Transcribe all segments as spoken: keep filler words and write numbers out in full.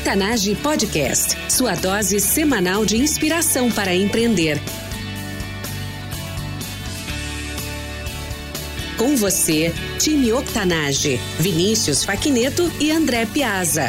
Octanage Podcast, sua dose semanal de inspiração para empreender. Com você, time Octanage, Vinícius Facchineto e André Piazza.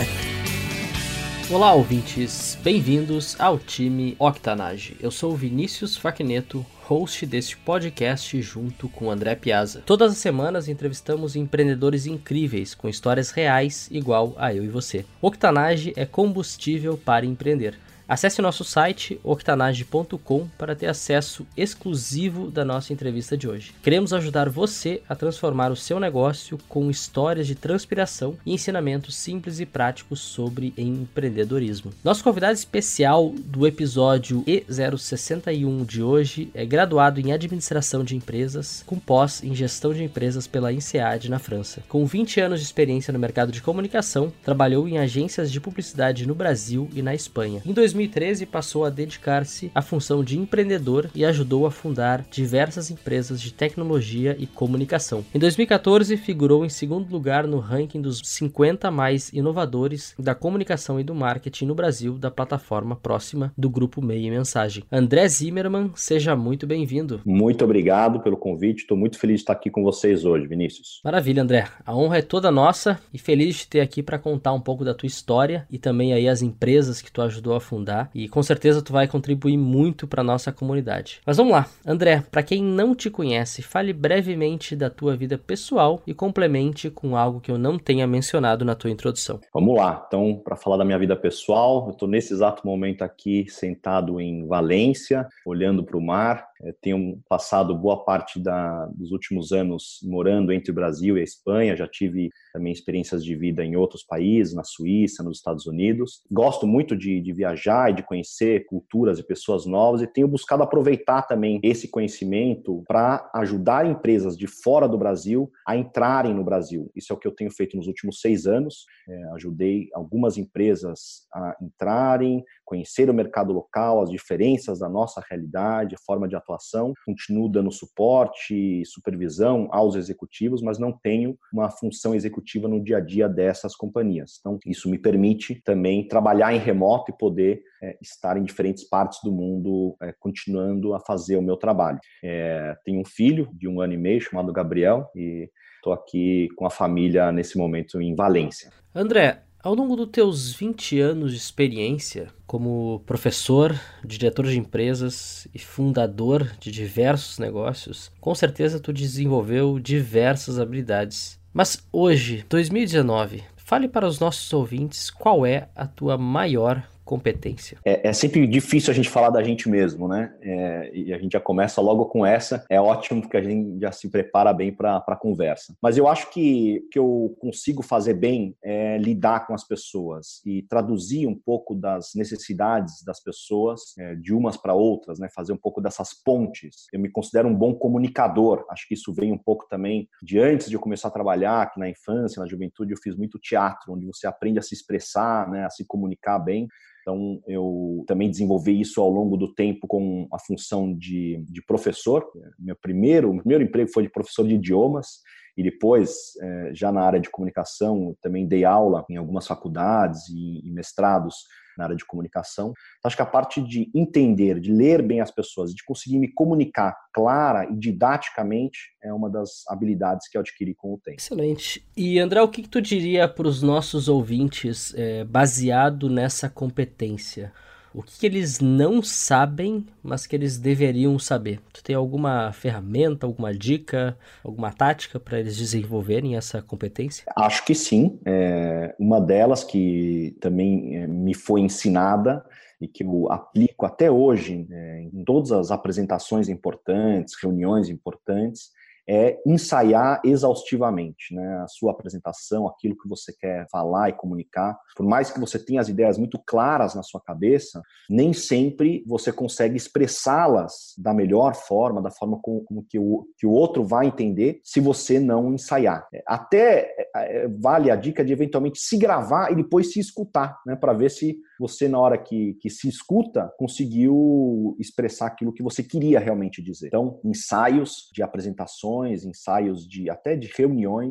Olá, ouvintes, bem-vindos ao time Octanage. Eu sou o Vinícius Facchineto, host deste podcast junto com o André Piazza. Todas as semanas entrevistamos empreendedores incríveis com histórias reais igual a eu e você. Octanage é combustível para empreender. Acesse nosso site octanage ponto com para ter acesso exclusivo da nossa entrevista de hoje. Queremos ajudar você a transformar o seu negócio com histórias de transpiração e ensinamentos simples e práticos sobre empreendedorismo. Nosso convidado especial do episódio E zero sessenta e um de hoje é graduado em Administração de Empresas, com pós em Gestão de Empresas pela INSEAD na França. Com vinte anos de experiência no mercado de comunicação, trabalhou em agências de publicidade no Brasil e na Espanha. Em dois mil e treze passou a dedicar-se à função de empreendedor e ajudou a fundar diversas empresas de tecnologia e comunicação. Em dois mil e quatorze figurou em segundo lugar no ranking dos cinquenta mais inovadores da comunicação e do marketing no Brasil da plataforma Próxima do Grupo Meio e Mensagem. André Zimmermann, seja muito bem-vindo. Muito obrigado pelo convite, estou muito feliz de estar aqui com vocês hoje, Vinícius. Maravilha, André. A honra é toda nossa e feliz de ter aqui para contar um pouco da tua história e também aí as empresas que tu ajudou a fundar. E com certeza tu vai contribuir muito para a nossa comunidade. Mas vamos lá, André, para quem não te conhece, fale brevemente da tua vida pessoal e complemente com algo que eu não tenha mencionado na tua introdução. Vamos lá, então, para falar da minha vida pessoal, eu estou nesse exato momento aqui sentado em Valência, olhando para o mar. Eu tenho passado boa parte da, dos últimos anos morando entre o Brasil e a Espanha, já tive também experiências de vida em outros países, na Suíça, nos Estados Unidos. Gosto muito de, de viajar e de conhecer culturas e pessoas novas e tenho buscado aproveitar também esse conhecimento para ajudar empresas de fora do Brasil a entrarem no Brasil. Isso é o que eu tenho feito nos últimos seis anos. É, ajudei algumas empresas a entrarem, conhecer o mercado local, as diferenças da nossa realidade, a forma de atuação. Continuo dando suporte e supervisão aos executivos, mas não tenho uma função executiva no dia a dia dessas companhias. Então, isso me permite também trabalhar em remoto e poder é, estar em diferentes partes do mundo, é, continuando a fazer o meu trabalho. É, tenho um filho de um ano e meio chamado Gabriel e estou aqui com a família nesse momento em Valência. André, ao longo dos teus vinte anos de experiência como professor, diretor de empresas e fundador de diversos negócios, com certeza tu desenvolveu diversas habilidades. Mas hoje, dois mil e dezenove, fale para os nossos ouvintes qual é a tua maior competência. É, é sempre difícil a gente falar da gente mesmo, né? É, e a gente já começa logo com essa. É ótimo porque a gente já se prepara bem para a conversa. Mas eu acho que que eu consigo fazer bem é lidar com as pessoas e traduzir um pouco das necessidades das pessoas é, de umas para outras, né? Fazer um pouco dessas pontes. Eu me considero um bom comunicador. Acho que isso vem um pouco também de antes de eu começar a trabalhar, que na infância, na juventude, eu fiz muito teatro, onde você aprende a se expressar, né? A se comunicar bem. Então, eu também desenvolvi isso ao longo do tempo com a função de, de professor. Meu primeiro, meu primeiro emprego foi de professor de idiomas e depois, já na área de comunicação, eu também dei aula em algumas faculdades e, e mestrados na área de comunicação. Então, acho que a parte de entender, de ler bem as pessoas, de conseguir me comunicar clara e didaticamente é uma das habilidades que eu adquiri com o tempo. Excelente. E André, o que, que tu diria para os nossos ouvintes é, baseado nessa competência? O que, que eles não sabem, mas que eles deveriam saber? Tu tem alguma ferramenta, alguma dica, alguma tática para eles desenvolverem essa competência? Acho que sim. É uma delas que também me foi ensinada e que eu aplico até hoje é, em todas as apresentações importantes, reuniões importantes, é ensaiar exaustivamente, né, a sua apresentação, aquilo que você quer falar e comunicar. Por mais que você tenha as ideias muito claras na sua cabeça, nem sempre você consegue expressá-las da melhor forma, da forma como, como que, o, que o outro vai entender, se você não ensaiar. Até é, vale a dica de eventualmente se gravar e depois se escutar, né, para ver se você, na hora que, que se escuta, conseguiu expressar aquilo que você queria realmente dizer. Então, ensaios de apresentações, ensaios de até de reuniões,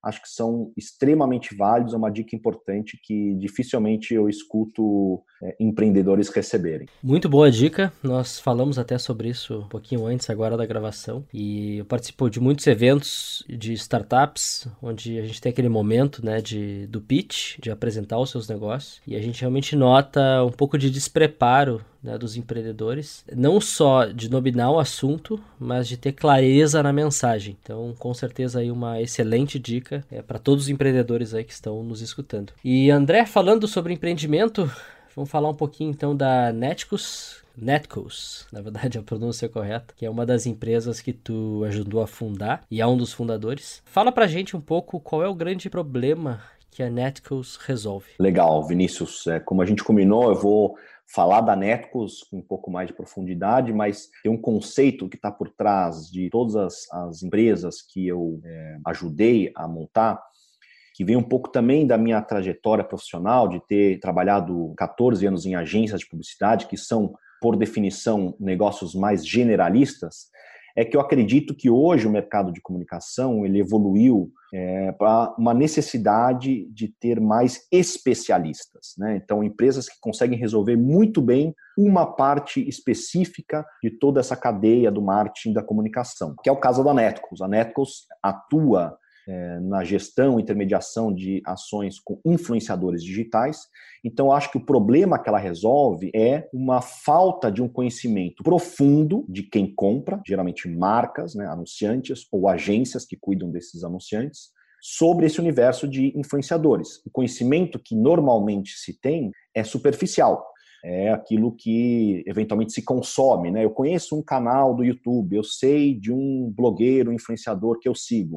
acho que são extremamente válidos, é uma dica importante que dificilmente eu escuto é, empreendedores receberem. Muito boa dica, nós falamos até sobre isso um pouquinho antes agora da gravação, e eu participo de muitos eventos de startups, onde a gente tem aquele momento, né, de, do pitch, de apresentar os seus negócios, e a gente realmente nota um pouco de despreparo, né, dos empreendedores, não só de dominar o assunto, mas de ter clareza na mensagem. Então, com certeza aí uma excelente dica é, para todos os empreendedores aí que estão nos escutando. E André, falando sobre empreendimento, vamos falar um pouquinho então da Netcos, Netcos, na verdade a pronúncia é correta, que é uma das empresas que tu ajudou a fundar e é um dos fundadores. Fala pra gente um pouco qual é o grande problema que a Netcos resolve. Legal, Vinícius. É, como a gente combinou, eu vou falar da Netcos com um pouco mais de profundidade, mas tem um conceito que está por trás de todas as, as empresas que eu é, ajudei a montar, que vem um pouco também da minha trajetória profissional, de ter trabalhado catorze anos em agências de publicidade, que são, por definição, negócios mais generalistas, é que eu acredito que hoje o mercado de comunicação ele evoluiu é, para uma necessidade de ter mais especialistas, né? Então, empresas que conseguem resolver muito bem uma parte específica de toda essa cadeia do marketing da comunicação, que é o caso da Netcos. A Netcos atua É, na gestão e intermediação de ações com influenciadores digitais. Então, acho que o problema que ela resolve é uma falta de um conhecimento profundo de quem compra, geralmente marcas, né, anunciantes ou agências que cuidam desses anunciantes, sobre esse universo de influenciadores. O conhecimento que normalmente se tem é superficial. É aquilo que eventualmente se consome, né? Eu conheço um canal do YouTube, eu sei de um blogueiro, um influenciador que eu sigo,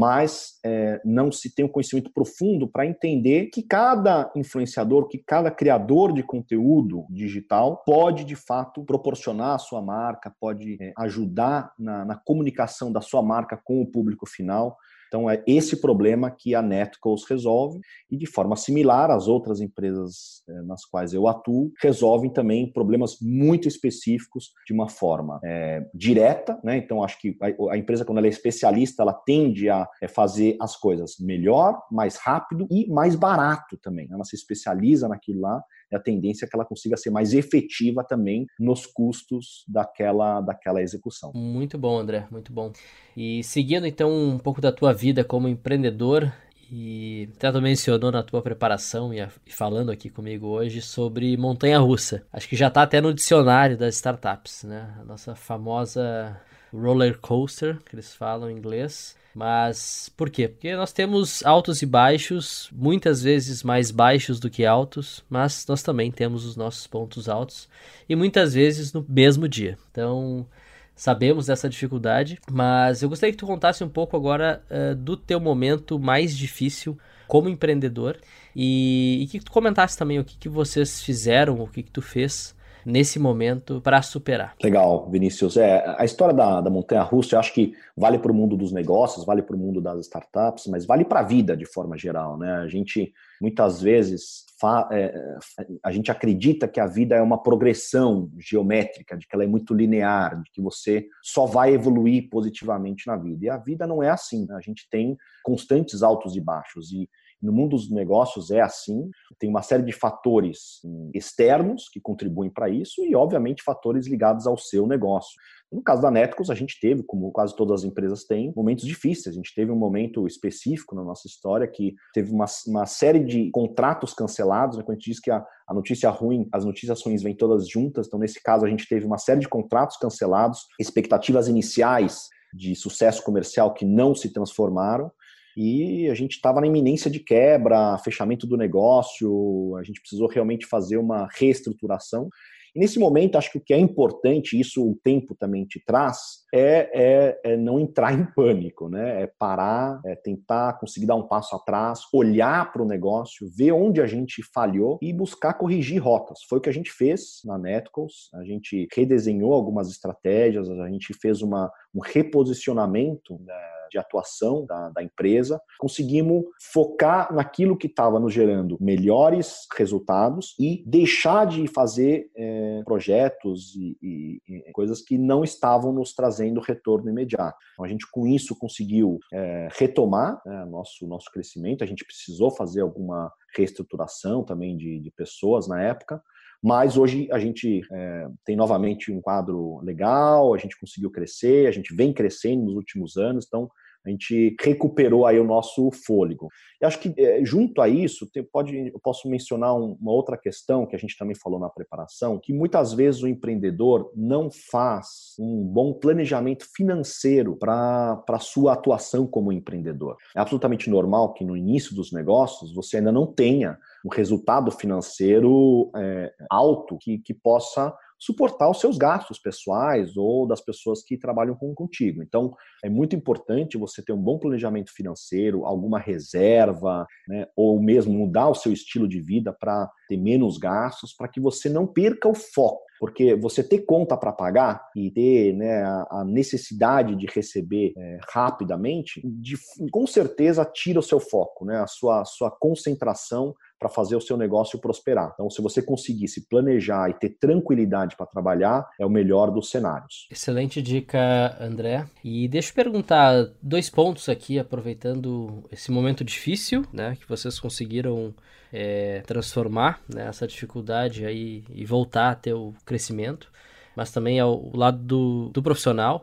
mas é, não se tem um conhecimento profundo para entender que cada influenciador, que cada criador de conteúdo digital pode, de fato, proporcionar a sua marca, pode é, ajudar na, na comunicação da sua marca com o público final. Então, é esse problema que a Netcos resolve e, de forma similar, as outras empresas é, nas quais eu atuo resolvem também problemas muito específicos de uma forma é, direta, né? Então, acho que a, a empresa, quando ela é especialista, ela tende a é, fazer as coisas melhor, mais rápido e mais barato também. Ela se especializa naquilo lá, e a tendência é que ela consiga ser mais efetiva também nos custos daquela, daquela execução. Muito bom, André, muito bom. E seguindo então um pouco da tua vida como empreendedor, e até tu mencionou na tua preparação e, a, e falando aqui comigo hoje sobre montanha-russa. Acho que já está até no dicionário das startups, né? A nossa famosa roller coaster, que eles falam em inglês. Mas por quê? Porque nós temos altos e baixos, muitas vezes mais baixos do que altos, mas nós também temos os nossos pontos altos e muitas vezes no mesmo dia. Então, sabemos dessa dificuldade, mas eu gostaria que tu contasse um pouco agora uh, do teu momento mais difícil como empreendedor e, e que tu comentasse também o que, que vocês fizeram, o que, que tu fez nesse momento para superar. Legal, Vinícius. É, a história da, da montanha-russa, eu acho que vale para o mundo dos negócios, vale para o mundo das startups, mas vale para a vida de forma geral, né? A gente, muitas vezes, fa, é, a gente acredita que a vida é uma progressão geométrica, de que ela é muito linear, de que você só vai evoluir positivamente na vida. E a vida não é assim, né? A gente tem constantes altos e baixos, e no mundo dos negócios é assim, tem uma série de fatores externos que contribuem para isso e, obviamente, fatores ligados ao seu negócio. No caso da Netcos, a gente teve, como quase todas as empresas têm, momentos difíceis. A gente teve um momento específico na nossa história que teve uma, uma série de contratos cancelados, né? Quando a gente diz que a, a notícia ruim, as notícias ruins vêm todas juntas, então nesse caso a gente teve uma série de contratos cancelados, expectativas iniciais de sucesso comercial que não se transformaram, e a gente estava na iminência de quebra, fechamento do negócio, a gente precisou realmente fazer uma reestruturação. E nesse momento, acho que o que é importante, isso o tempo também te traz, é, é, é não entrar em pânico, né? É parar, é tentar conseguir dar um passo atrás, olhar para o negócio, ver onde a gente falhou e buscar corrigir rotas. Foi o que a gente fez na Netcos, a gente redesenhou algumas estratégias, a gente fez uma, um reposicionamento, né, de atuação da, da empresa, conseguimos focar naquilo que estava nos gerando melhores resultados e deixar de fazer é, é, projetos e, e, e coisas que não estavam nos trazendo retorno imediato. Então, a gente com isso conseguiu é, retomar, né, nosso, nosso crescimento. A gente precisou fazer alguma reestruturação também de, de pessoas na época, mas hoje a gente é, tem novamente um quadro legal, a gente conseguiu crescer, a gente vem crescendo nos últimos anos, então a gente recuperou aí o nosso fôlego. Eu acho que é, junto a isso, tem, pode, eu posso mencionar um, uma outra questão que a gente também falou na preparação, que muitas vezes o empreendedor não faz um bom planejamento financeiro para a sua atuação como empreendedor. É absolutamente normal que no início dos negócios você ainda não tenha um resultado financeiro é, alto que, que possa suportar os seus gastos pessoais ou das pessoas que trabalham com, contigo. Então, é muito importante você ter um bom planejamento financeiro, alguma reserva, né, ou mesmo mudar o seu estilo de vida para ter menos gastos, para que você não perca o foco. Porque você ter conta para pagar e ter, né, a necessidade de receber é, rapidamente, de, com certeza tira o seu foco, né, a sua, sua concentração para fazer o seu negócio prosperar. Então, se você conseguir se planejar e ter tranquilidade para trabalhar, é o melhor dos cenários. Excelente dica, André. E deixa eu perguntar dois pontos aqui, aproveitando esse momento difícil, né, que vocês conseguiram é, transformar, né, essa dificuldade aí e voltar a ter o crescimento, mas também ao lado do, do profissional,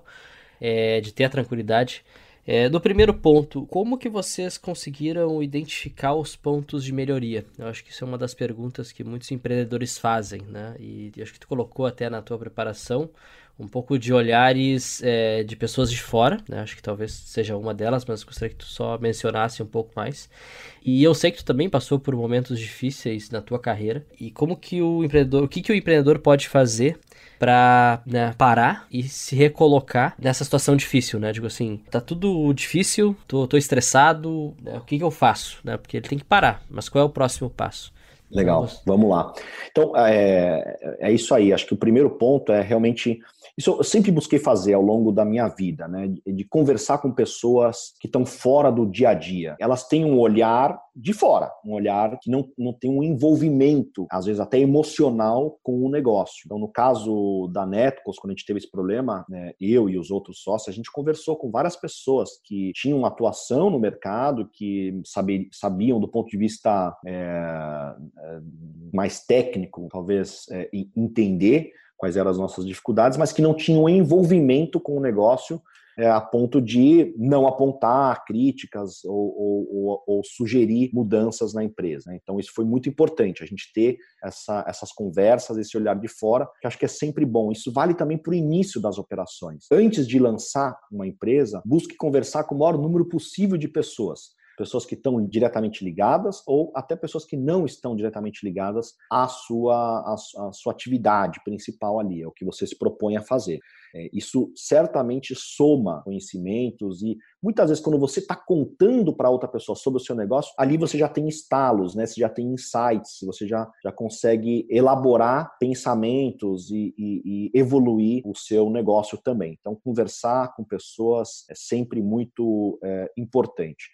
é, de ter a tranquilidade. É, no primeiro ponto, como que vocês conseguiram identificar os pontos de melhoria? Eu acho que isso é uma das perguntas que muitos empreendedores fazem, né? E acho que tu colocou até na tua preparação um pouco de olhares é, de pessoas de fora, né? Acho que talvez seja uma delas, mas gostaria que tu só mencionasse um pouco mais. E eu sei que tu também passou por momentos difíceis na tua carreira. E como que o empreendedor, o que que o empreendedor pode fazer para, né, parar e se recolocar nessa situação difícil, né? Digo assim, tá tudo difícil, tô, tô estressado, né? O que que eu faço, né? Porque ele tem que parar, mas qual é o próximo passo? Legal, então, vamos lá. Então, é, é isso aí. Acho que o primeiro ponto é realmente... Isso eu sempre busquei fazer ao longo da minha vida, né? De, de conversar com pessoas que estão fora do dia a dia. Elas têm um olhar de fora, um olhar que não, não tem um envolvimento, às vezes até emocional, com o negócio. Então, no caso da Netcos, quando a gente teve esse problema, né, eu e os outros sócios, a gente conversou com várias pessoas que tinham atuação no mercado, que saber, sabiam do ponto de vista é, mais técnico, talvez, é, entender quais eram as nossas dificuldades, mas que não tinham envolvimento com o negócio é, a ponto de não apontar críticas ou, ou, ou, ou sugerir mudanças na empresa. Né? Então, isso foi muito importante, a gente ter essa, essas conversas, esse olhar de fora, que acho que é sempre bom. Isso vale também para o início das operações. Antes de lançar uma empresa, busque conversar com o maior número possível de pessoas. Pessoas que estão diretamente ligadas ou até pessoas que não estão diretamente ligadas à sua, à, à sua atividade principal ali, é o que você se propõe a fazer. É, isso certamente soma conhecimentos e muitas vezes quando você está contando para outra pessoa sobre o seu negócio, ali você já tem estalos, né? Você já tem insights, você já, já consegue elaborar pensamentos e, e, e evoluir o seu negócio também. Então, conversar com pessoas é sempre muito é, importante.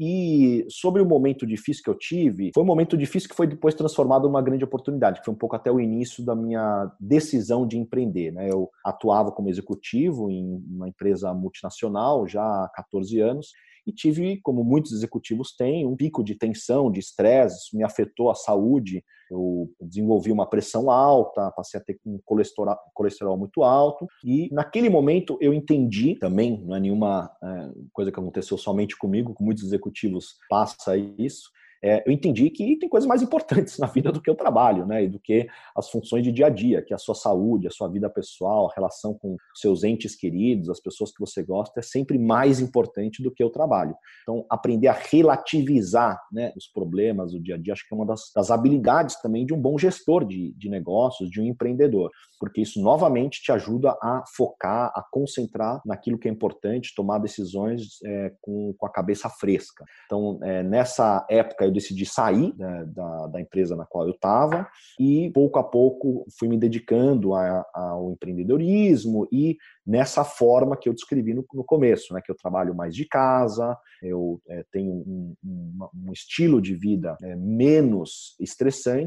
E sobre o momento difícil que eu tive, foi um momento difícil que foi depois transformado numa grande oportunidade, que foi um pouco até o início da minha decisão de empreender. Né? Eu atuava como executivo em uma empresa multinacional já há catorze anos e tive, como muitos executivos têm, um pico de tensão, de estresse, isso me afetou a saúde. Eu desenvolvi uma pressão alta, passei a ter um colesterol, colesterol muito alto e naquele momento eu entendi também, não é nenhuma é, coisa que aconteceu somente comigo, com muitos executivos passa isso, é, eu entendi que tem coisas mais importantes na vida do que o trabalho, né, e do que as funções de dia a dia, que a sua saúde, a sua vida pessoal, a relação com seus entes queridos, as pessoas que você gosta, é sempre mais importante do que o trabalho. Então, aprender a relativizar, né, os problemas do dia a dia, acho que é uma das, das habilidades também de um bom gestor de, de negócios, de um empreendedor, porque isso novamente te ajuda a focar, a concentrar naquilo que é importante, tomar decisões é, com, com a cabeça fresca. Então, é, nessa época eu decidi sair, né, da, da empresa na qual eu estava e pouco a pouco fui me dedicando a, a, ao empreendedorismo e nessa forma que eu descrevi no, no começo, né, que eu trabalho mais de casa, eu é, tenho um, um, um estilo de vida é, menos estressante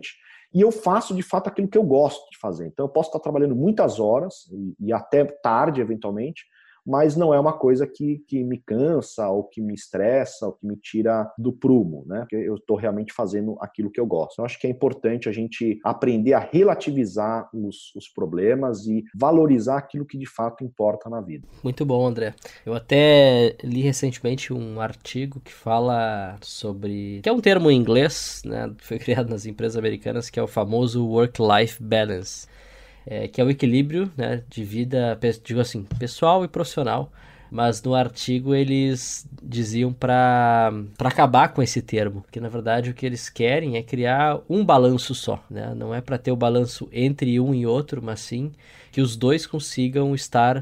e eu faço de fato aquilo que eu gosto de fazer. Então eu posso estar trabalhando muitas horas e, e até tarde eventualmente, mas não é uma coisa que, que me cansa, ou que me estressa, ou que me tira do prumo, né? Porque eu estou realmente fazendo aquilo que eu gosto. Eu acho que é importante a gente aprender a relativizar os, os problemas e valorizar aquilo que de fato importa na vida. Muito bom, André. Eu até li recentemente um artigo que fala sobre... que é um termo em inglês, né? Foi criado nas empresas americanas, que é o famoso work-life balance. É, que é o equilíbrio, né, de vida, digo assim, pessoal e profissional, mas no artigo eles diziam para para acabar com esse termo, porque na verdade o que eles querem é criar um balanço só, né? Não é para ter o balanço entre um e outro, mas sim que os dois consigam estar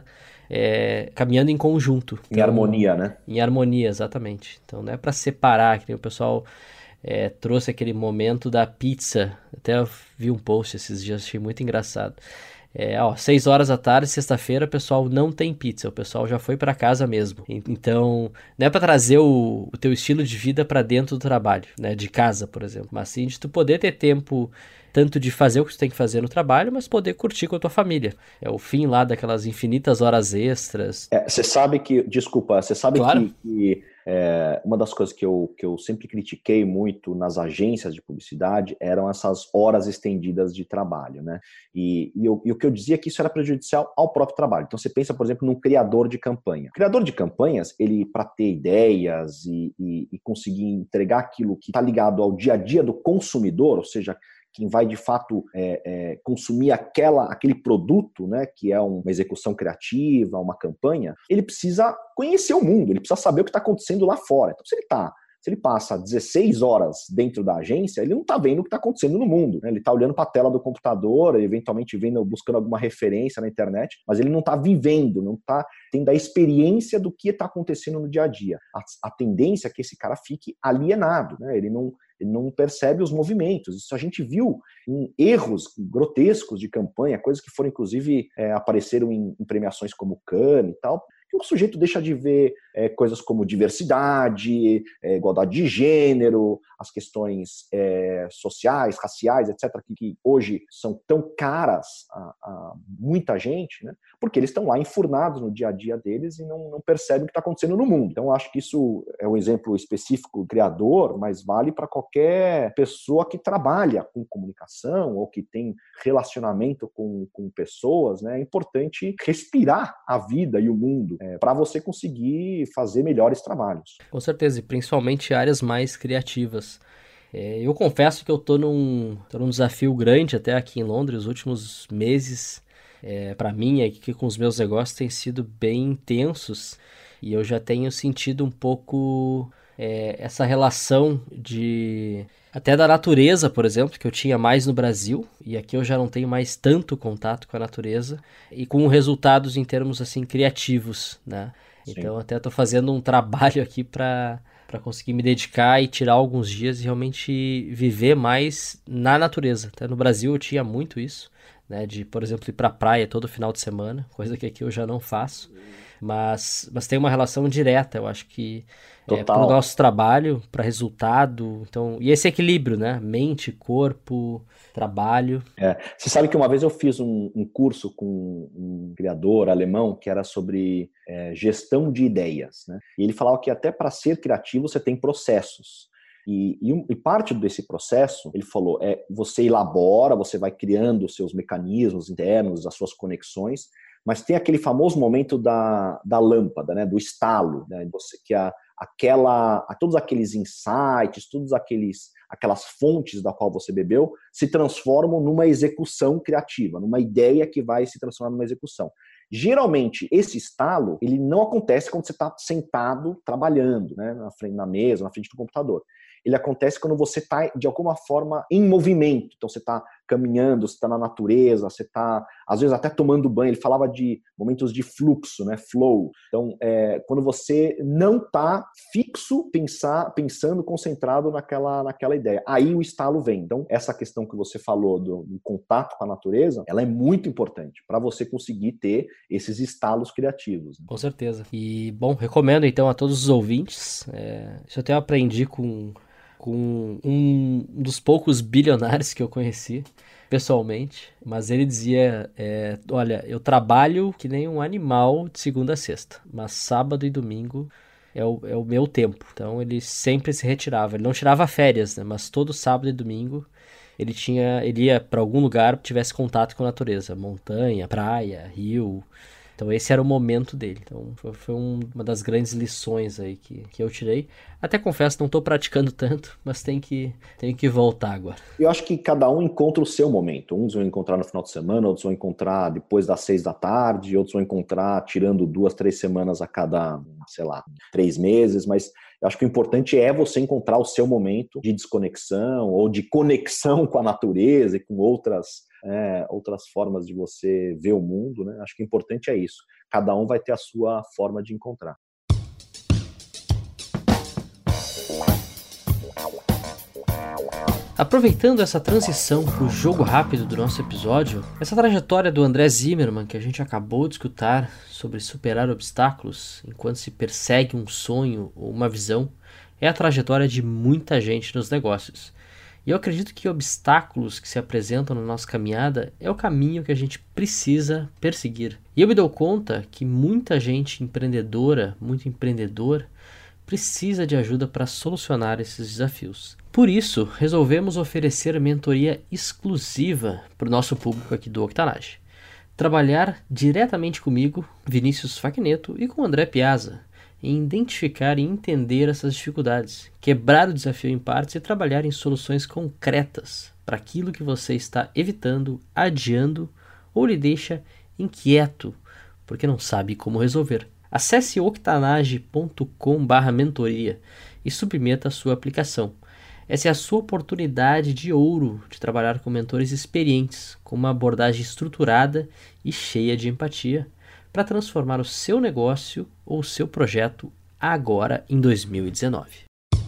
é, caminhando em conjunto. Em então, harmonia, né? Em harmonia, exatamente. Então não é para separar, que nem o pessoal... É, trouxe aquele momento da pizza. Até eu vi um post esses dias, achei muito engraçado. É, ó, seis horas da tarde, sexta-feira, o pessoal não tem pizza, o pessoal já foi para casa mesmo. Então, não é para trazer o, o teu estilo de vida para dentro do trabalho, né, de casa, por exemplo, mas sim de tu poder ter tempo tanto de fazer o que tu tem que fazer no trabalho, mas poder curtir com a tua família. É o fim lá daquelas infinitas horas extras. Você é, sabe que, desculpa, você sabe claro. que, que é, uma das coisas que eu, que eu sempre critiquei muito nas agências de publicidade eram essas horas estendidas de trabalho, né? E, e, eu, e o que eu dizia é que isso era prejudicial ao próprio trabalho. Então você pensa, por exemplo, num criador de campanha. O criador de campanhas, ele, para ter ideias e, e, e conseguir entregar aquilo que está ligado ao dia a dia do consumidor, ou seja, quem vai de fato é, é, consumir aquela, aquele produto, né, que é uma execução criativa, uma campanha, ele precisa conhecer o mundo, ele precisa saber o que está acontecendo lá fora. Então, se ele tá, se ele passa dezesseis horas dentro da agência, ele não está vendo o que está acontecendo no mundo, né? Ele está olhando para a tela do computador, eventualmente vendo, buscando alguma referência na internet, mas ele não está vivendo, não está tendo a experiência do que está acontecendo no dia a dia. A, a tendência é que esse cara fique alienado, né? Ele não Ele não percebe os movimentos. Isso a gente viu em erros grotescos de campanha, coisas que foram, inclusive, é, apareceram em, em premiações como Cannes e tal, que o sujeito deixa de ver é, coisas como diversidade, é, igualdade de gênero, as questões é, sociais, raciais, etcétera, que, que hoje são tão caras a, a muita gente, né? Porque eles estão lá enfurnados no dia a dia deles e não, não percebem o que está acontecendo no mundo. Então, acho que isso é um exemplo específico do criador, mas vale para qualquer pessoa que trabalha com comunicação ou que tem relacionamento com, com pessoas, né? É importante respirar a vida e o mundo é, para você conseguir fazer melhores trabalhos. Com certeza, e principalmente áreas mais criativas. É, eu confesso que eu tô num, tô num desafio grande até aqui em Londres, os últimos meses, é, para mim, aqui com os meus negócios, têm sido bem intensos, e eu já tenho sentido um pouco é, essa relação de... até da natureza, por exemplo, que eu tinha mais no Brasil, e aqui eu já não tenho mais tanto contato com a natureza, e com resultados em termos, assim, criativos, né? Sim. Então, até tô fazendo um trabalho aqui para para conseguir me dedicar e tirar alguns dias e realmente viver mais na natureza. Até no Brasil eu tinha muito isso, né? De, por exemplo, ir pra praia todo final de semana, coisa que aqui eu já não faço, mas, mas tem uma relação direta, eu acho que é, para o nosso trabalho, para resultado, então, e esse equilíbrio, né? Mente, corpo, trabalho. É, você sabe que uma vez eu fiz um, um curso com um criador alemão que era sobre é, gestão de ideias, né? E ele falava que até para ser criativo você tem processos. E, e, e parte desse processo, ele falou, é você elabora, você vai criando os seus mecanismos internos, as suas conexões, mas tem aquele famoso momento da, da lâmpada, né, do estalo, né, você, que a, aquela, a todos aqueles insights, todos aqueles, aquelas fontes da qual você bebeu, se transformam numa execução criativa, numa ideia que vai se transformar numa execução. Geralmente, esse estalo, ele não acontece quando você está sentado trabalhando, né, na frente, na mesa, na frente do computador. Ele acontece quando você está, de alguma forma, em movimento. Então, você está caminhando, você está na natureza, você está, às vezes, até tomando banho. Ele falava de momentos de fluxo, né? Flow. Então, é, quando você não está fixo, pensar, pensando, concentrado naquela, naquela ideia. Aí o estalo vem. Então, essa questão que você falou do, do contato com a natureza, ela é muito importante para você conseguir ter esses estalos criativos. Né? Com certeza. E, bom, recomendo, então, a todos os ouvintes. É, isso eu até aprendi com... com um dos poucos bilionários que eu conheci pessoalmente, mas ele dizia, é, olha, eu trabalho que nem um animal de segunda a sexta, mas sábado e domingo é o, é o meu tempo. Então ele sempre se retirava, ele não tirava férias, né, mas todo sábado e domingo ele tinha, ele ia para algum lugar que tivesse contato com a natureza, montanha, praia, rio. Então esse era o momento dele. Então foi, foi um, uma das grandes lições aí que, que eu tirei. Até confesso, não estou praticando tanto, mas tem que, tem que voltar agora. Eu acho que cada um encontra o seu momento. Uns vão encontrar no final de semana, outros vão encontrar depois das seis da tarde, outros vão encontrar tirando duas, três semanas a cada, sei lá, três meses. Mas eu acho que o importante é você encontrar o seu momento de desconexão ou de conexão com a natureza e com outras... É, outras formas de você ver o mundo, né? Acho que o importante é isso. Cada um vai ter a sua forma de encontrar. Aproveitando essa transição para o jogo rápido do nosso episódio, essa trajetória do André Zimmermann que a gente acabou de escutar sobre superar obstáculos enquanto se persegue um sonho ou uma visão, é a trajetória de muita gente nos negócios. E eu acredito que obstáculos que se apresentam na nossa caminhada é o caminho que a gente precisa perseguir. E eu me dou conta que muita gente empreendedora, muito empreendedor, precisa de ajuda para solucionar esses desafios. Por isso, resolvemos oferecer mentoria exclusiva para o nosso público aqui do Octanage. Trabalhar diretamente comigo, Vinícius Facchineto, e com André Piazza, em identificar e entender essas dificuldades, quebrar o desafio em partes e trabalhar em soluções concretas para aquilo que você está evitando, adiando ou lhe deixa inquieto, porque não sabe como resolver. Acesse octanage ponto com barra mentoria e submeta a sua aplicação. Essa é a sua oportunidade de ouro de trabalhar com mentores experientes, com uma abordagem estruturada e cheia de empatia, para transformar o seu negócio ou o seu projeto agora em dois mil e dezenove.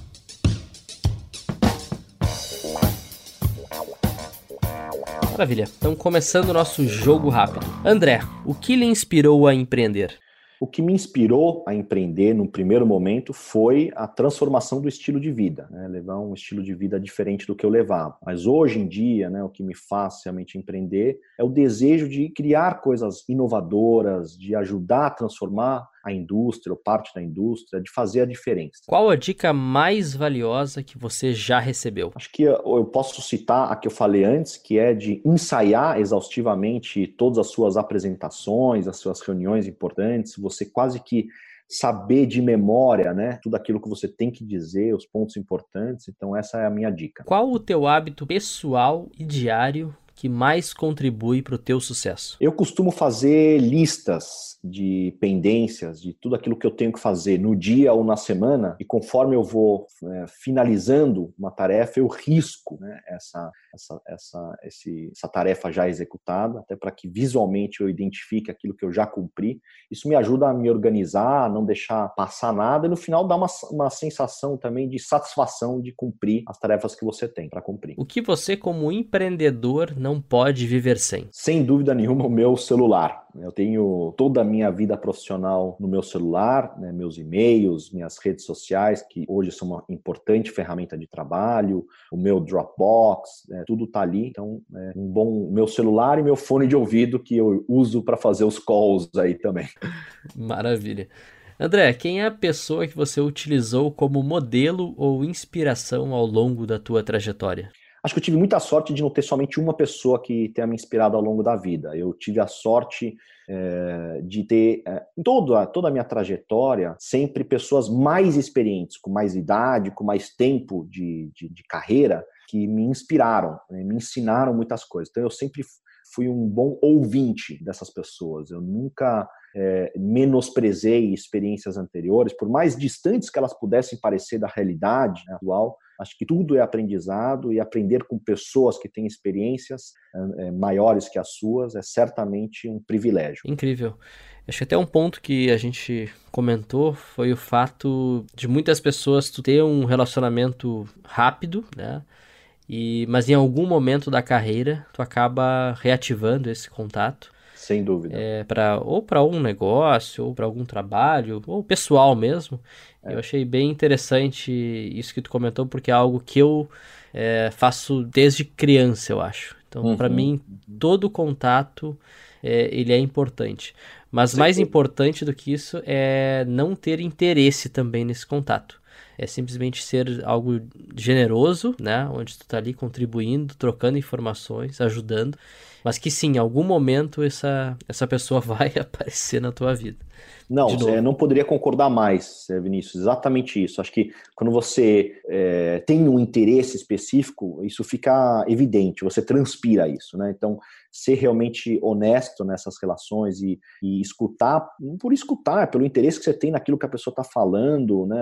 Maravilha, então começando o nosso jogo rápido. André, o que lhe inspirou a empreender? O que me inspirou a empreender no primeiro momento foi a transformação do estilo de vida, né? Levar um estilo de vida diferente do que eu levava. Mas hoje em dia, né, o que me faz realmente empreender é o desejo de criar coisas inovadoras, de ajudar a transformar a indústria, ou parte da indústria, de fazer a diferença. Qual a dica mais valiosa que você já recebeu? Acho que eu posso citar a que eu falei antes, que é de ensaiar exaustivamente todas as suas apresentações, as suas reuniões importantes, você quase que saber de memória, né, tudo aquilo que você tem que dizer, os pontos importantes. Então essa é a minha dica. Qual o teu hábito pessoal e diário que mais contribui para o teu sucesso? Eu costumo fazer listas de pendências, de tudo aquilo que eu tenho que fazer no dia ou na semana, e conforme eu vou é, finalizando uma tarefa, eu risco, né, essa, essa, essa, esse, essa tarefa já executada, até para que visualmente eu identifique aquilo que eu já cumpri. Isso me ajuda a me organizar, a não deixar passar nada, e no final dá uma, uma sensação também de satisfação de cumprir as tarefas que você tem para cumprir. O que você, como empreendedor, não pode viver sem? Sem dúvida nenhuma, o meu celular. Eu tenho toda a minha vida profissional no meu celular, né, meus e-mails, minhas redes sociais, que hoje são uma importante ferramenta de trabalho, o meu Dropbox, né, tudo está ali. Então, é um bom meu celular e meu fone de ouvido que eu uso para fazer os calls aí também. Maravilha. André, quem é a pessoa que você utilizou como modelo ou inspiração ao longo da tua trajetória? Acho que eu tive muita sorte de não ter somente uma pessoa que tenha me inspirado ao longo da vida. Eu tive a sorte é, de ter, é, em toda, toda a minha trajetória, sempre pessoas mais experientes, com mais idade, com mais tempo de, de, de carreira, que me inspiraram, né, me ensinaram muitas coisas. Então eu sempre fui um bom ouvinte dessas pessoas. Eu nunca é, menosprezei experiências anteriores, por mais distantes que elas pudessem parecer da realidade, né, atual. Acho que tudo é aprendizado, e aprender com pessoas que têm experiências é, maiores que as suas é certamente um privilégio. Incrível. Acho que até um ponto que a gente comentou foi o fato de muitas pessoas ter um relacionamento rápido, né? E, mas em algum momento da carreira tu acaba reativando esse contato. Sem dúvida. É, pra, ou para um negócio, ou para algum trabalho, ou pessoal mesmo. É. Eu achei bem interessante isso que tu comentou, porque é algo que eu é, faço desde criança, eu acho. Então, uhum. para mim, todo contato, é, ele é importante. Mas Sim. mais importante do que isso é não ter interesse também nesse contato. É simplesmente ser algo generoso, né? Onde tu tá ali contribuindo, trocando informações, ajudando. Mas que sim, em algum momento essa, essa pessoa vai aparecer na tua vida. Não, é, não poderia concordar mais, Vinícius, exatamente isso. Acho que quando você é, tem um interesse específico, isso fica evidente, você transpira isso, né? Então, ser realmente honesto nessas relações e, e escutar, não por escutar, é pelo interesse que você tem naquilo que a pessoa está falando, né?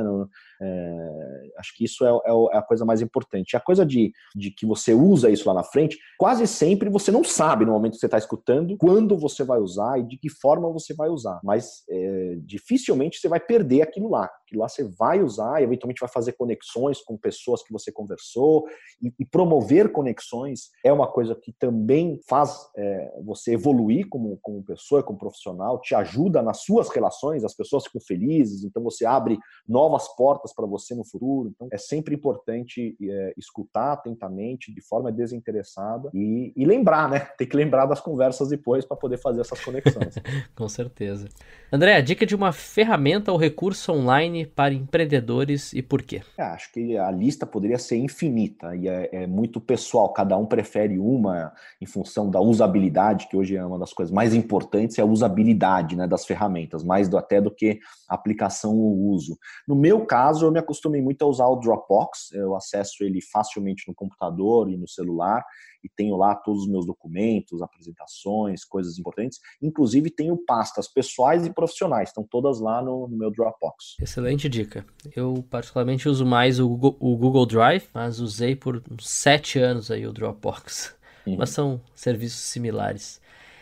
É, acho que isso é, é a coisa mais importante. A coisa de, de que você usa isso lá na frente, quase sempre você não sabe no momento que você está escutando quando você vai usar e de que forma você vai usar, mas é, dificilmente você vai perder aquilo lá. Aquilo lá você vai usar e eventualmente vai fazer conexões com pessoas que você conversou e, e promover conexões é uma coisa que também faz é, você evoluir como, como pessoa, como profissional, te ajuda nas suas relações, as pessoas ficam felizes, então você abre novas portas para você no futuro. Então é sempre importante é, escutar atentamente, de forma desinteressada e, e lembrar, né? Tem que lembrar das conversas depois para poder fazer essas conexões. Com certeza. André, dica de uma ferramenta ou recurso online para empreendedores e por quê? É, acho que a lista poderia ser infinita e é, é muito pessoal, cada um prefere uma em função da usabilidade, que hoje é uma das coisas mais importantes, é a usabilidade, né, das ferramentas, mais do, até do que a aplicação ou uso. No meu caso, eu me acostumei muito a usar o Dropbox, eu acesso ele facilmente no computador e no celular, e tenho lá todos os meus documentos, apresentações, coisas importantes. Inclusive tenho pastas pessoais e profissionais, estão todas lá no, no meu Dropbox. Excelente dica. Eu particularmente uso mais o Google, o Google Drive, mas usei por uns sete anos aí o Dropbox. Uhum. Mas são serviços similares.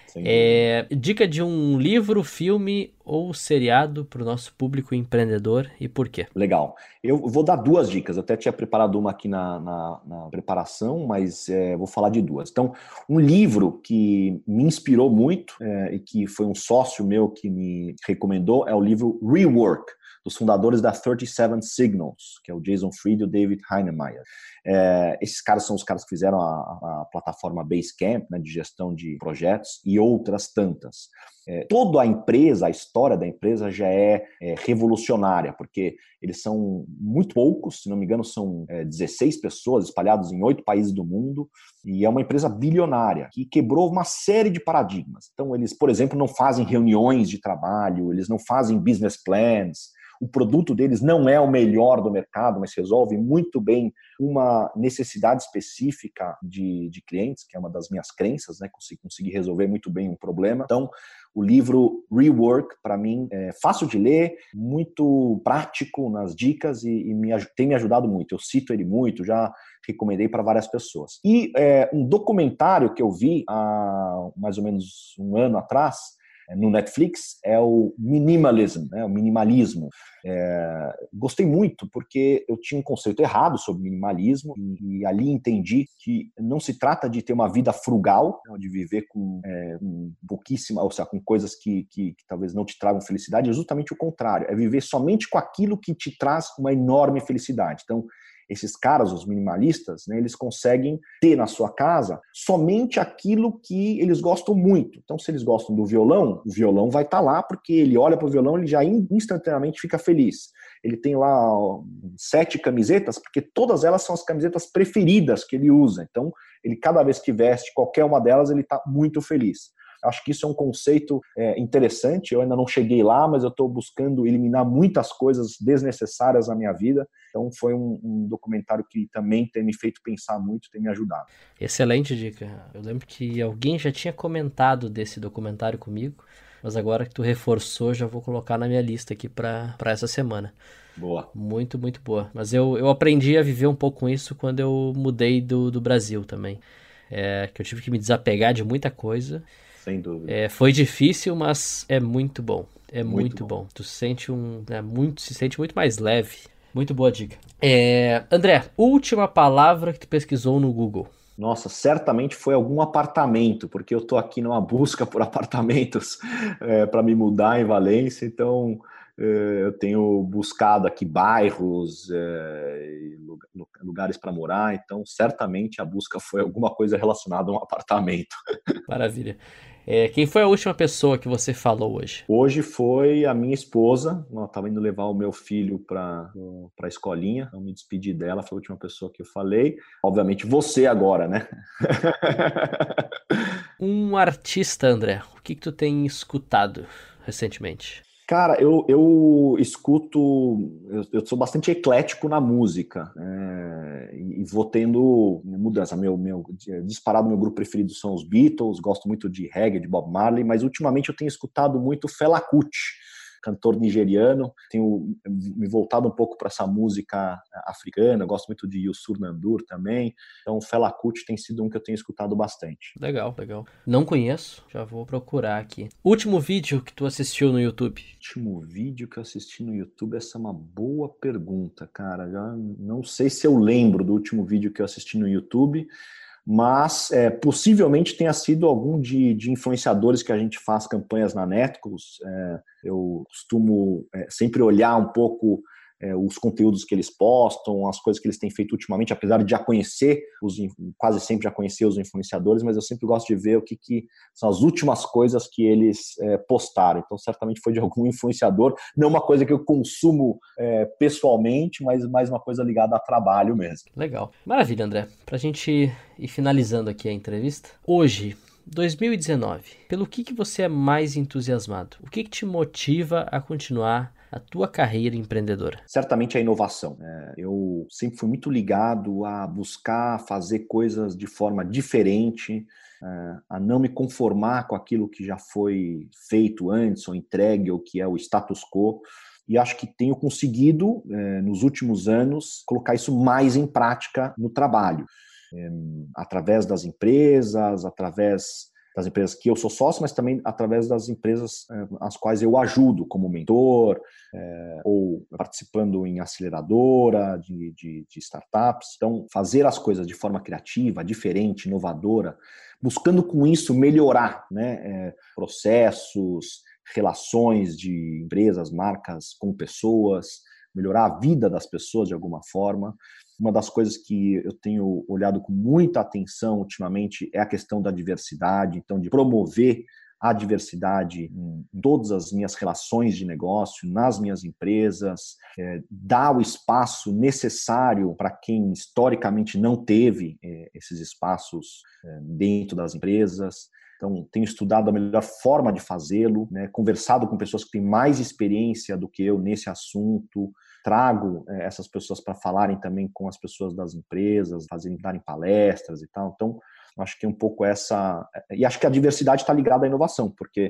É, dica de um livro, filme ou seriado para o nosso público empreendedor e por quê? Legal. Eu vou dar duas dicas. Eu até tinha preparado uma aqui na, na, na preparação, mas é, vou falar de duas. Então, um livro que me inspirou muito é, e que foi um sócio meu que me recomendou é o livro Rework, dos fundadores da thirty seven Signals, que é o Jason Fried e o David Heinemeier. É, esses caras são os caras que fizeram a, a plataforma Basecamp, né, de gestão de projetos, e outras tantas. É, toda a empresa, a história da empresa já é, é revolucionária, porque eles são muito poucos, se não me engano são é, dezesseis pessoas espalhados em oito países do mundo, e é uma empresa bilionária, que quebrou uma série de paradigmas. Então eles, por exemplo, não fazem reuniões de trabalho, eles não fazem business plans, o produto deles não é o melhor do mercado, mas resolve muito bem uma necessidade específica de, de clientes, que é uma das minhas crenças, né? Conseguir, conseguir resolver muito bem um problema. Então, o livro Rework, para mim, é fácil de ler, muito prático nas dicas e, e me, tem me ajudado muito. Eu cito ele muito, já recomendei para várias pessoas. E é, um documentário que eu vi há mais ou menos um ano atrás, no Netflix, é o Minimalism, né, o minimalismo. É, gostei muito porque eu tinha um conceito errado sobre minimalismo e, e ali entendi que não se trata de ter uma vida frugal, né, de viver com é, um pouquíssima, ou seja, com coisas que, que, que talvez não te tragam felicidade, é justamente o contrário, é viver somente com aquilo que te traz uma enorme felicidade. Então, esses caras, os minimalistas, né, eles conseguem ter na sua casa somente aquilo que eles gostam muito. Então, se eles gostam do violão, o violão vai estar lá porque ele olha para o violão e ele já instantaneamente fica feliz. Ele tem lá ó, sete camisetas, porque todas elas são as camisetas preferidas que ele usa. Então, ele cada vez que veste qualquer uma delas, ele está muito feliz. Acho que isso é um conceito é, interessante, eu ainda não cheguei lá, mas eu estou buscando eliminar muitas coisas desnecessárias na minha vida, então foi um, um documentário que também tem me feito pensar muito, tem me ajudado. Excelente dica. Eu lembro que alguém já tinha comentado desse documentário comigo, mas agora que tu reforçou, já vou colocar na minha lista aqui para essa semana. Boa. Muito, muito boa. Mas eu, eu aprendi a viver um pouco com isso quando eu mudei do, do Brasil também, é, que eu tive que me desapegar de muita coisa. Sem dúvida. É, foi difícil, mas é muito bom. É muito, muito bom. bom. Tu sente um, é, muito, se sente muito mais leve. Muito boa dica. É, André, última palavra que tu pesquisou no Google. Nossa, certamente foi algum apartamento, porque eu estou aqui numa busca por apartamentos é, para me mudar em Valência, então Eu tenho buscado aqui bairros, é, lugares para morar, então certamente a busca foi alguma coisa relacionada a um apartamento. Maravilha. É, quem foi a última pessoa que você falou hoje? Hoje foi a minha esposa. Eu estava indo levar o meu filho para a escolinha, eu me despedi dela, foi a última pessoa que eu falei. Obviamente você agora, né? Um artista, André, o que, que tu tem escutado recentemente? Cara, eu, eu escuto, eu, eu sou bastante eclético na música, é, e, e vou tendo mudança. Meu, meu, disparado, meu grupo preferido são os Beatles, gosto muito de reggae, de Bob Marley, mas ultimamente eu tenho escutado muito Fela Kuti, cantor nigeriano, tenho me voltado um pouco para essa música africana, gosto muito de Youssou N'Dour também, então Fela Kuti tem sido um que eu tenho escutado bastante. Legal, legal. Não conheço, já vou procurar aqui. Último vídeo que tu assistiu no YouTube? Último vídeo que eu assisti no YouTube, essa é uma boa pergunta, cara, já não sei se eu lembro do último vídeo que eu assisti no YouTube, mas é, possivelmente tenha sido algum de, de influenciadores que a gente faz campanhas na Netcos. É, eu costumo é, sempre olhar um pouco é, os conteúdos que eles postam, as coisas que eles têm feito ultimamente, apesar de já conhecer, os, quase sempre já conhecer os influenciadores, mas eu sempre gosto de ver o que, que são as últimas coisas que eles é, postaram. Então, certamente foi de algum influenciador, não uma coisa que eu consumo é, pessoalmente, mas mais uma coisa ligada a trabalho mesmo. Legal. Maravilha, André. Pra gente ir finalizando aqui a entrevista, hoje, dois mil e dezenove, pelo que, que você é mais entusiasmado? O que, que te motiva a continuar a tua carreira empreendedora? Certamente a inovação. É, eu sempre fui muito ligado a buscar fazer coisas de forma diferente, é, a não me conformar com aquilo que já foi feito antes ou entregue, ou que é o status quo. E acho que tenho conseguido, é, nos últimos anos, colocar isso mais em prática no trabalho. É, através das empresas, através das empresas que eu sou sócio, mas também através das empresas é, as quais eu ajudo como mentor, é, ou participando em aceleradora de, de, de startups. Então, fazer as coisas de forma criativa, diferente, inovadora, buscando com isso melhorar, né, é, processos, relações de empresas, marcas com pessoas, melhorar a vida das pessoas de alguma forma. Uma das coisas que eu tenho olhado com muita atenção ultimamente é a questão da diversidade, então de promover a diversidade em todas as minhas relações de negócio, nas minhas empresas, é, dar o espaço necessário para quem historicamente não teve é, esses espaços é, dentro das empresas. Então, tenho estudado a melhor forma de fazê-lo, né? Conversado com pessoas que têm mais experiência do que eu nesse assunto, trago é, essas pessoas para falarem também com as pessoas das empresas, fazerem, darem palestras e tal. Então, acho que é um pouco essa... E acho que a diversidade está ligada à inovação, porque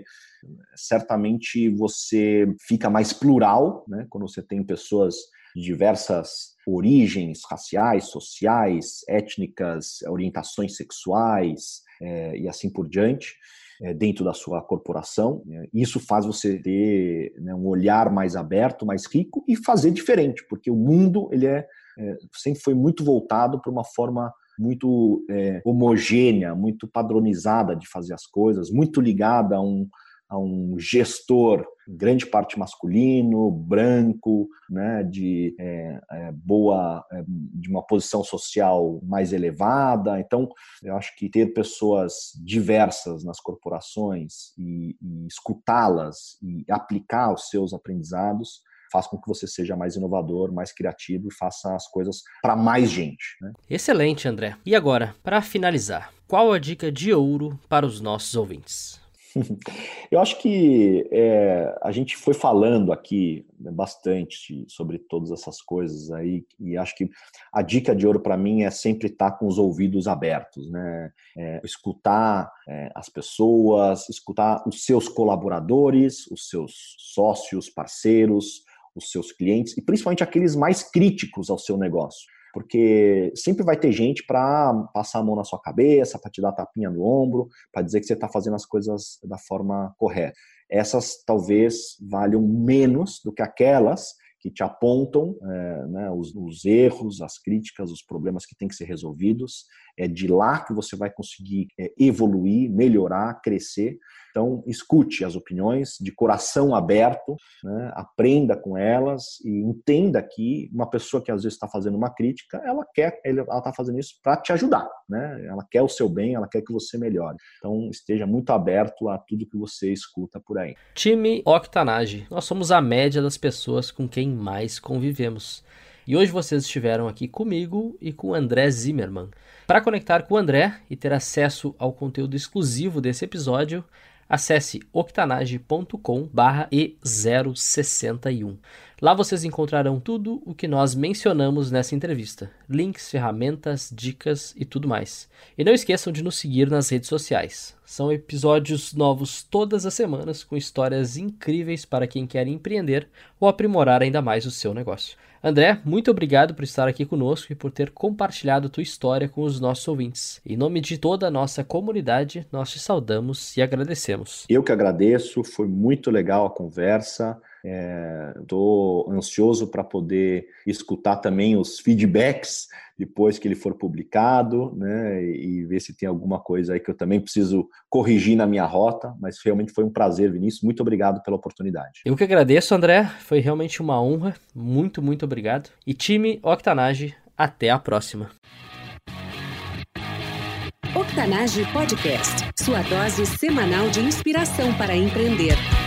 certamente você fica mais plural, né? Quando você tem pessoas de diversas origens raciais, sociais, étnicas, orientações sexuais, é, e assim por diante, é, dentro da sua corporação. Isso faz você ter, né, um olhar mais aberto, mais rico e fazer diferente, porque o mundo ele é, é, sempre foi muito voltado para uma forma muito é, homogênea, muito padronizada de fazer as coisas, muito ligada a um, a um gestor, grande parte masculino, branco, né, de é, é, boa, é, de uma posição social mais elevada. Então, eu acho que ter pessoas diversas nas corporações e, e escutá-las e aplicar os seus aprendizados faz com que você seja mais inovador, mais criativo e faça as coisas para mais gente, né? Excelente, André. E agora, para finalizar, qual a dica de ouro para os nossos ouvintes? Eu acho que é, a gente foi falando aqui bastante sobre todas essas coisas aí, e acho que a dica de ouro para mim é sempre estar com os ouvidos abertos, né? É, escutar é, as pessoas, escutar os seus colaboradores, os seus sócios, parceiros, os seus clientes, e principalmente aqueles mais críticos ao seu negócio. Porque sempre vai ter gente para passar a mão na sua cabeça, para te dar tapinha no ombro, para dizer que você está fazendo as coisas da forma correta. Essas talvez valham menos do que aquelas que te apontam é, né, os, os erros, as críticas, os problemas que têm que ser resolvidos. É de lá que você vai conseguir é, evoluir, melhorar, crescer. Então, escute as opiniões de coração aberto, né? Aprenda com elas e entenda que uma pessoa que às vezes está fazendo uma crítica, ela quer, ela está fazendo isso para te ajudar, né? Ela quer o seu bem, ela quer que você melhore. Então, esteja muito aberto a tudo que você escuta por aí. Time Octanage, nós somos a média das pessoas com quem mais convivemos. E hoje vocês estiveram aqui comigo e com o André Zimmermann. Para conectar com o André e ter acesso ao conteúdo exclusivo desse episódio, acesse octanage ponto com barra E zero sessenta e um. Lá vocês encontrarão tudo o que nós mencionamos nessa entrevista. Links, ferramentas, dicas e tudo mais. E não esqueçam de nos seguir nas redes sociais. São episódios novos todas as semanas com histórias incríveis para quem quer empreender ou aprimorar ainda mais o seu negócio. André, muito obrigado por estar aqui conosco e por ter compartilhado tua história com os nossos ouvintes. Em nome de toda a nossa comunidade, nós te saudamos e agradecemos. Eu que agradeço, foi muito legal a conversa. Estou é, ansioso para poder escutar também os feedbacks depois que ele for publicado, né, e, e ver se tem alguma coisa aí que eu também preciso corrigir na minha rota, mas realmente foi um prazer, Vinícius, muito obrigado pela oportunidade. Eu que agradeço, André, foi realmente uma honra, muito, muito obrigado. E time Octanage, até a próxima. Octanage Podcast, sua dose semanal de inspiração para empreender.